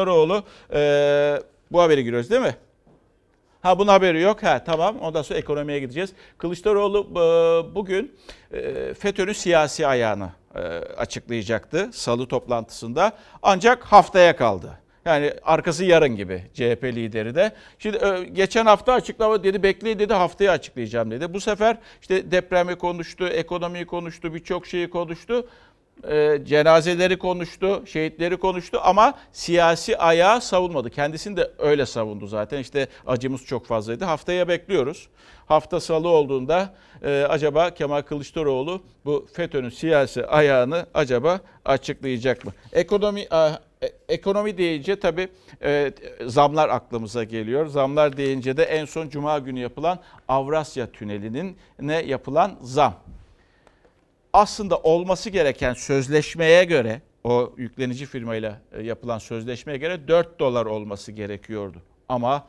bu haberi giriyoruz değil mi? Bunun haberi yok. Tamam. Ondan sonra ekonomiye gideceğiz. Kılıçdaroğlu bugün FETÖ'nün siyasi ayağını açıklayacaktı Salı toplantısında. Ancak haftaya kaldı. Yani arkası yarın gibi CHP lideri de. Şimdi geçen hafta açıklama dedi, bekleyin dedi, haftaya açıklayacağım dedi. Bu sefer işte depremi konuştu, ekonomiyi konuştu, birçok şeyi konuştu. Cenazeleri konuştu, şehitleri konuştu ama siyasi ayağı savunmadı. Kendisini de öyle savundu zaten. İşte acımız çok fazlaydı. Haftaya bekliyoruz. Hafta Salı olduğunda acaba Kemal Kılıçdaroğlu bu FETÖ'nün siyasi ayağını acaba açıklayacak mı? Ekonomi deyince tabii zamlar aklımıza geliyor. Zamlar deyince de en son Cuma günü yapılan Avrasya Tüneli'ne yapılan zam. Aslında olması gereken sözleşmeye göre, o yüklenici firmayla yapılan sözleşmeye göre $4 olması gerekiyordu. Ama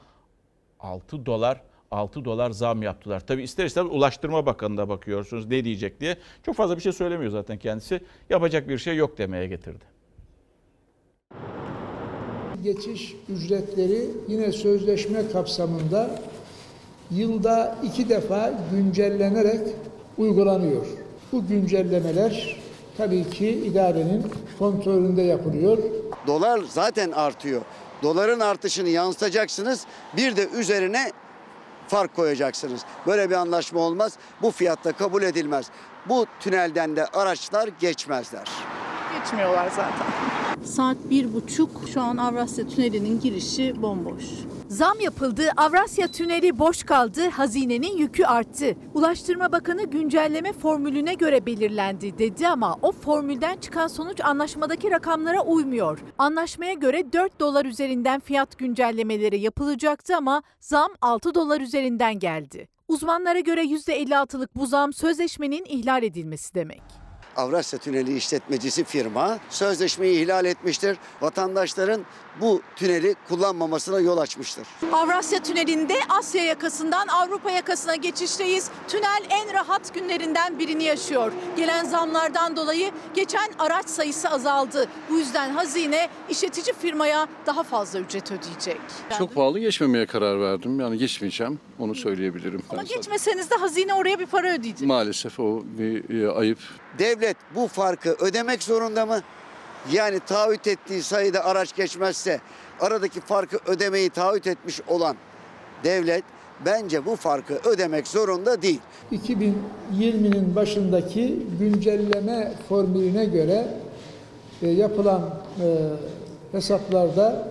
$6 zam yaptılar. Tabii ister istemez Ulaştırma Bakanı'na bakıyorsunuz ne diyecek diye. Çok fazla bir şey söylemiyor zaten kendisi. Yapacak bir şey yok demeye getirdi. Geçiş ücretleri yine sözleşme kapsamında yılda 2 defa güncellenerek uygulanıyor. Bu güncellemeler tabii ki idarenin kontrolünde yapılıyor. Dolar zaten artıyor. Doların artışını yansıtacaksınız. Bir de üzerine fark koyacaksınız. Böyle bir anlaşma olmaz. Bu fiyatta kabul edilmez. Bu tünelden de araçlar geçmezler. Geçmiyorlar zaten. Saat 1.30 şu an Avrasya Tüneli'nin girişi bomboş. Zam yapıldı, Avrasya Tüneli boş kaldı, hazinenin yükü arttı. Ulaştırma Bakanı güncelleme formülüne göre belirlendi dedi ama o formülden çıkan sonuç anlaşmadaki rakamlara uymuyor. Anlaşmaya göre $4 üzerinden fiyat güncellemeleri yapılacaktı ama zam $6 üzerinden geldi. Uzmanlara göre %56'lık bu zam sözleşmenin ihlal edilmesi demek. Avrasya Tüneli işletmecisi firma sözleşmeyi ihlal etmiştir. Vatandaşların bu tüneli kullanmamasına yol açmıştır. Avrasya Tüneli'nde Asya yakasından Avrupa yakasına geçişteyiz. Tünel en rahat günlerinden birini yaşıyor. Gelen zamlardan dolayı geçen araç sayısı azaldı. Bu yüzden hazine işletici firmaya daha fazla ücret ödeyecek. Çok pahalı, geçmemeye karar verdim. Yani geçmeyeceğim, onu söyleyebilirim. Ama geçmeseniz de hazine oraya bir para ödeyecek. Maalesef o bir ayıp. Devlet bu farkı ödemek zorunda mı? Yani taahhüt ettiği sayıda araç geçmezse aradaki farkı ödemeyi taahhüt etmiş olan devlet bence bu farkı ödemek zorunda değil. 2020'nin başındaki güncelleme formülüne göre yapılan hesaplarda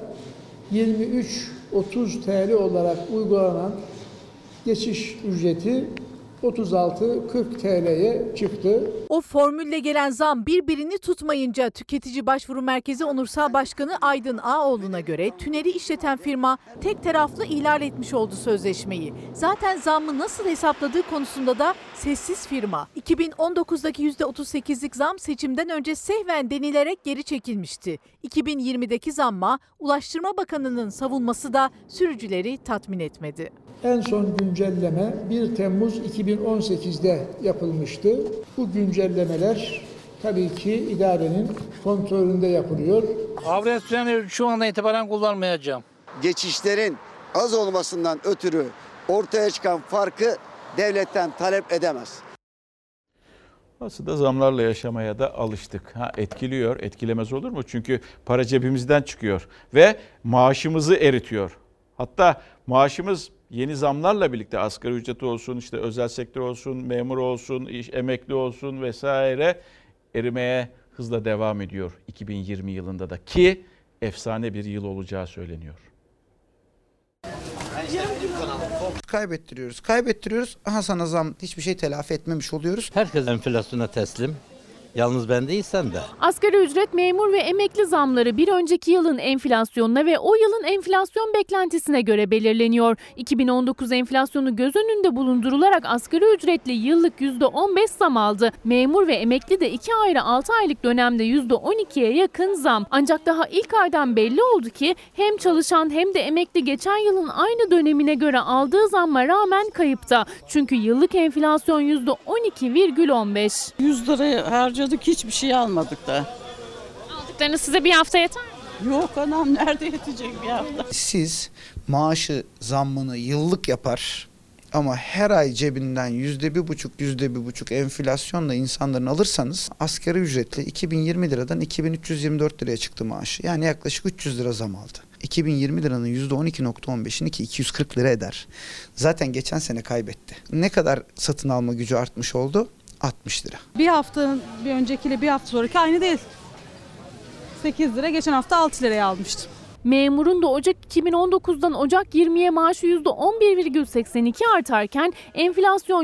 23-30 TL olarak uygulanan geçiş ücreti 36-40 TL'ye çıktı. O formülle gelen zam birbirini tutmayınca Tüketici Başvuru Merkezi Onursal Başkanı Aydın Ağoğlu'na göre tüneli işleten firma tek taraflı ihlal etmiş oldu sözleşmeyi. Zaten zammı nasıl hesapladığı konusunda da sessiz firma. 2019'daki %38'lik zam seçimden önce sehven denilerek geri çekilmişti. 2020'deki zamma Ulaştırma Bakanı'nın savunması da sürücüleri tatmin etmedi. En son güncelleme 1 Temmuz 2018'de yapılmıştı. Bu güncellemeler tabii ki idarenin kontrolünde yapılıyor. Avrasya Tüneli şu andan itibaren kullanmayacağım. Geçişlerin az olmasından ötürü ortaya çıkan farkı devletten talep edemez. Aslında zamlarla yaşamaya da alıştık. Etkiliyor, etkilemez olur mu? Çünkü para cebimizden çıkıyor ve maaşımızı eritiyor. Hatta maaşımız yeni zamlarla birlikte asgari ücret olsun, işte özel sektör olsun, memur olsun, emekli olsun vesaire erimeye hızla devam ediyor 2020 yılında da ki efsane bir yıl olacağı söyleniyor. Kaybettiriyoruz. Aha sana zam, hiçbir şey telafi etmemiş oluyoruz. Herkes enflasyona teslim. Yalnız ben değil sen de. Asgari ücret, memur ve emekli zamları bir önceki yılın enflasyonuna ve o yılın enflasyon beklentisine göre belirleniyor. 2019 enflasyonu göz önünde bulundurularak asgari ücretli yıllık %15 zam aldı. Memur ve emekli de 2 ayrı 6 aylık dönemde %12'ye yakın zam. Ancak daha ilk aydan belli oldu ki hem çalışan hem de emekli geçen yılın aynı dönemine göre aldığı zamma rağmen kayıpta. Çünkü yıllık enflasyon %12,15. 100 lirayı harcadık, hiçbir şey almadık da. Aldıklarınız size bir hafta yeter mi? Yok anam, nerede yetecek bir hafta? Siz maaşı zammını yıllık yapar ama her ay cebinden %1,5 enflasyonla insanların alırsanız asgari ücretli 2020 liradan 2324 liraya çıktı maaşı. Yani yaklaşık 300 lira zam aldı. 2020 liranın %12,15'ini ki 240 lira eder. Zaten geçen sene kaybetti. Ne kadar satın alma gücü artmış oldu? 60 lira. Bir hafta bir öncekiyle bir hafta sonraki aynı değil. 8 lira, geçen hafta 6 liraya almıştım. Memurun da Ocak 2019'dan Ocak 20'ye maaşı %11,82 artarken enflasyon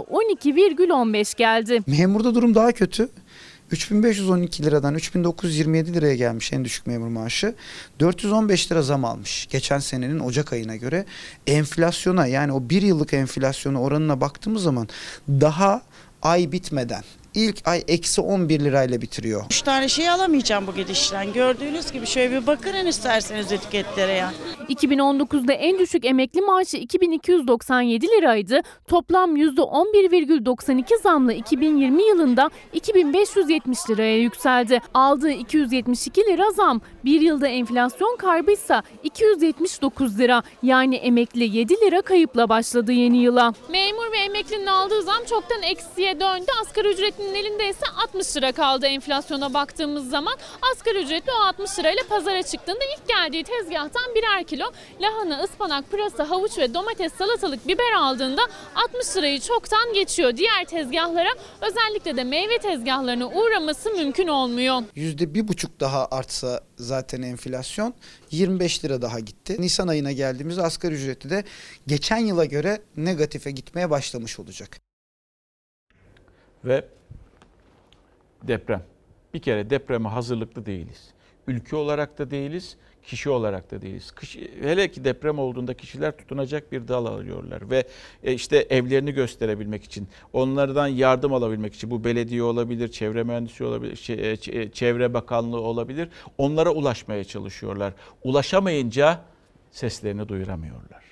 %12,15 geldi. Memurda durum daha kötü. 3512 liradan 3927 liraya gelmiş en düşük memur maaşı. 415 lira zam almış geçen senenin Ocak ayına göre. Enflasyona, yani o bir yıllık enflasyona oranına baktığımız zaman daha ay bitmeden ilk ay eksi 11 lirayla bitiriyor. 3 tane şey alamayacağım bu gidişten. Gördüğünüz gibi şöyle bir bakın isterseniz etiketlere ya. 2019'da en düşük emekli maaşı 2297 liraydı. Toplam %11,92 zamla 2020 yılında 2570 liraya yükseldi. Aldığı 272 lira zam, bir yılda enflasyon kaybıysa 279 lira. Yani emekli 7 lira kayıpla başladı yeni yıla. Memur ve emeklinin aldığı zam çoktan eksiye döndü. Asgari ücretlinin elinde ise 60 lira kaldı enflasyona baktığımız zaman. Asgari ücretli o 60 lirayla pazara çıktığında ilk geldiği tezgahtan birer kilo lahana, ıspanak, pırasa, havuç ve domates, salatalık, biber aldığında 60 lirayı çoktan geçiyor. Diğer tezgahlara, özellikle de meyve tezgahlarına uğraması mümkün olmuyor. %1,5 daha artsa zaten enflasyon 25 lira daha gitti. Nisan ayına geldiğimizde asgari ücretli de geçen yıla göre negatife gitmeye başlamış olacak. Ve deprem. Bir kere depreme hazırlıklı değiliz. Ülke olarak da değiliz, kişi olarak da değiliz. Hele ki deprem olduğunda kişiler tutunacak bir dal alıyorlar ve işte evlerini gösterebilmek için, onlardan yardım alabilmek için, bu belediye olabilir, çevre mühendisi olabilir, çevre bakanlığı olabilir, onlara ulaşmaya çalışıyorlar. Ulaşamayınca seslerini duyuramıyorlar.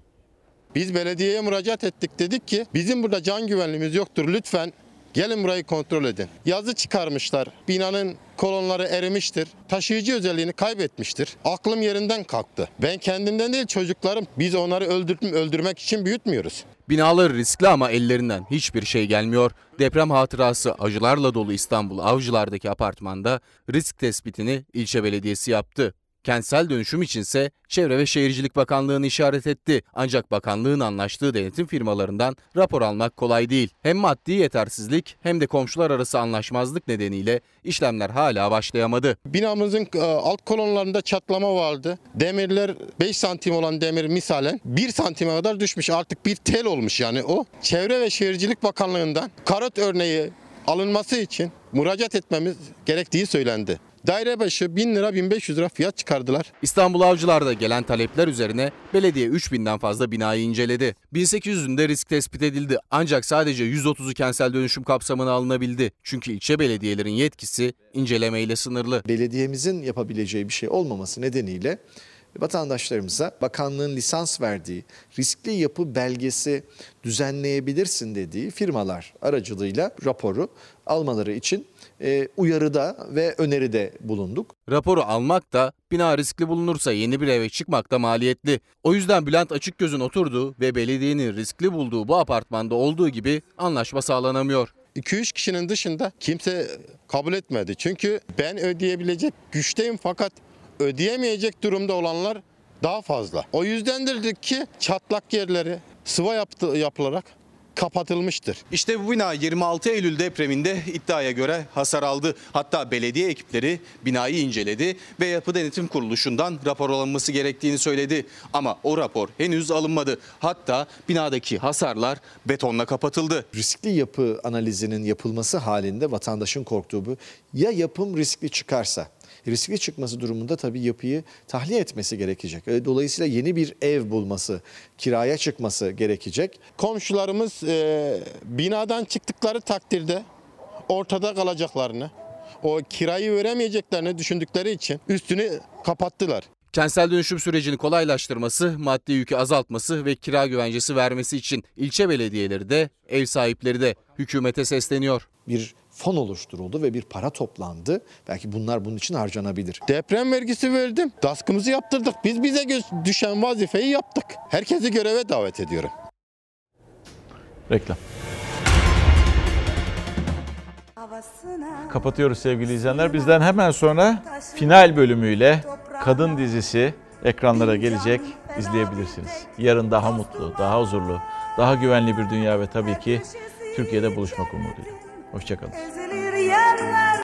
Biz belediyeye müracaat ettik, dedik ki bizim burada can güvenliğimiz yoktur, lütfen gelin burayı kontrol edin. Yazı çıkarmışlar. Binanın kolonları erimiştir. Taşıyıcı özelliğini kaybetmiştir. Aklım yerinden kalktı. Ben kendimden değil, çocuklarım. Biz onları öldürmek için büyütmüyoruz. Binaları riskli ama ellerinden hiçbir şey gelmiyor. Deprem hatırası acılarla dolu İstanbul Avcılar'daki apartmanda risk tespitini ilçe belediyesi yaptı. Kentsel dönüşüm içinse Çevre ve Şehircilik Bakanlığı'nı işaret etti. Ancak bakanlığın anlaştığı denetim firmalarından rapor almak kolay değil. Hem maddi yetersizlik hem de komşular arası anlaşmazlık nedeniyle işlemler hala başlayamadı. Binamızın alt kolonlarında çatlama vardı. Demirler 5 santim olan demir misalen 1 santime kadar düşmüş. Artık bir tel olmuş yani o. Çevre ve Şehircilik Bakanlığı'ndan karot örneği alınması için müracaat etmemiz gerektiği söylendi. Daire başı 1000 lira 1500 lira fiyat çıkardılar. İstanbul Avcılar'da gelen talepler üzerine belediye 3000'den fazla binayı inceledi. 1800'ünde risk tespit edildi ancak sadece 130'u kentsel dönüşüm kapsamına alınabildi. Çünkü ilçe belediyelerin yetkisi incelemeyle sınırlı. Belediyemizin yapabileceği bir şey olmaması nedeniyle vatandaşlarımıza bakanlığın lisans verdiği riskli yapı belgesi düzenleyebilirsin dediği firmalar aracılığıyla raporu almaları için uyarıda ve öneride bulunduk. Raporu almak da bina riskli bulunursa yeni bir eve çıkmak da maliyetli. O yüzden Bülent Açıkgöz'ün oturduğu ve belediyenin riskli bulduğu bu apartmanda olduğu gibi anlaşma sağlanamıyor. 2-3 kişinin dışında kimse kabul etmedi. Çünkü ben ödeyebilecek güçteyim fakat ödeyemeyecek durumda olanlar daha fazla. O yüzdendir ki çatlak yerleri sıva yapılarak kapatılmıştır. İşte bu bina 26 Eylül depreminde iddiaya göre hasar aldı. Hatta belediye ekipleri binayı inceledi ve Yapı Denetim Kuruluşu'ndan rapor alınması gerektiğini söyledi. Ama o rapor henüz alınmadı. Hatta binadaki hasarlar betonla kapatıldı. Riskli yapı analizinin yapılması halinde vatandaşın korktuğu bu. Ya yapım riskli çıkarsa? Riskli çıkması durumunda tabii yapıyı tahliye etmesi gerekecek. Dolayısıyla yeni bir ev bulması, kiraya çıkması gerekecek. Komşularımız binadan çıktıkları takdirde ortada kalacaklarını, o kirayı veremeyeceklerini düşündükleri için üstünü kapattılar. Kentsel dönüşüm sürecini kolaylaştırması, maddi yükü azaltması ve kira güvencesi vermesi için ilçe belediyeleri de, ev sahipleri de hükümete sesleniyor. Bir fon oluşturuldu ve bir para toplandı. Belki bunlar bunun için harcanabilir. Deprem vergisi verdim. DASK'ımızı yaptırdık. Biz bize düşen vazifeyi yaptık. Herkesi göreve davet ediyorum. Reklam. Kapatıyoruz sevgili izleyenler. Bizden hemen sonra final bölümüyle Kadın dizisi ekranlara gelecek, izleyebilirsiniz. Yarın daha mutlu, daha huzurlu, daha güvenli bir dünya ve tabii ki Türkiye'de buluşmak umuduyla. Hoşçakalın.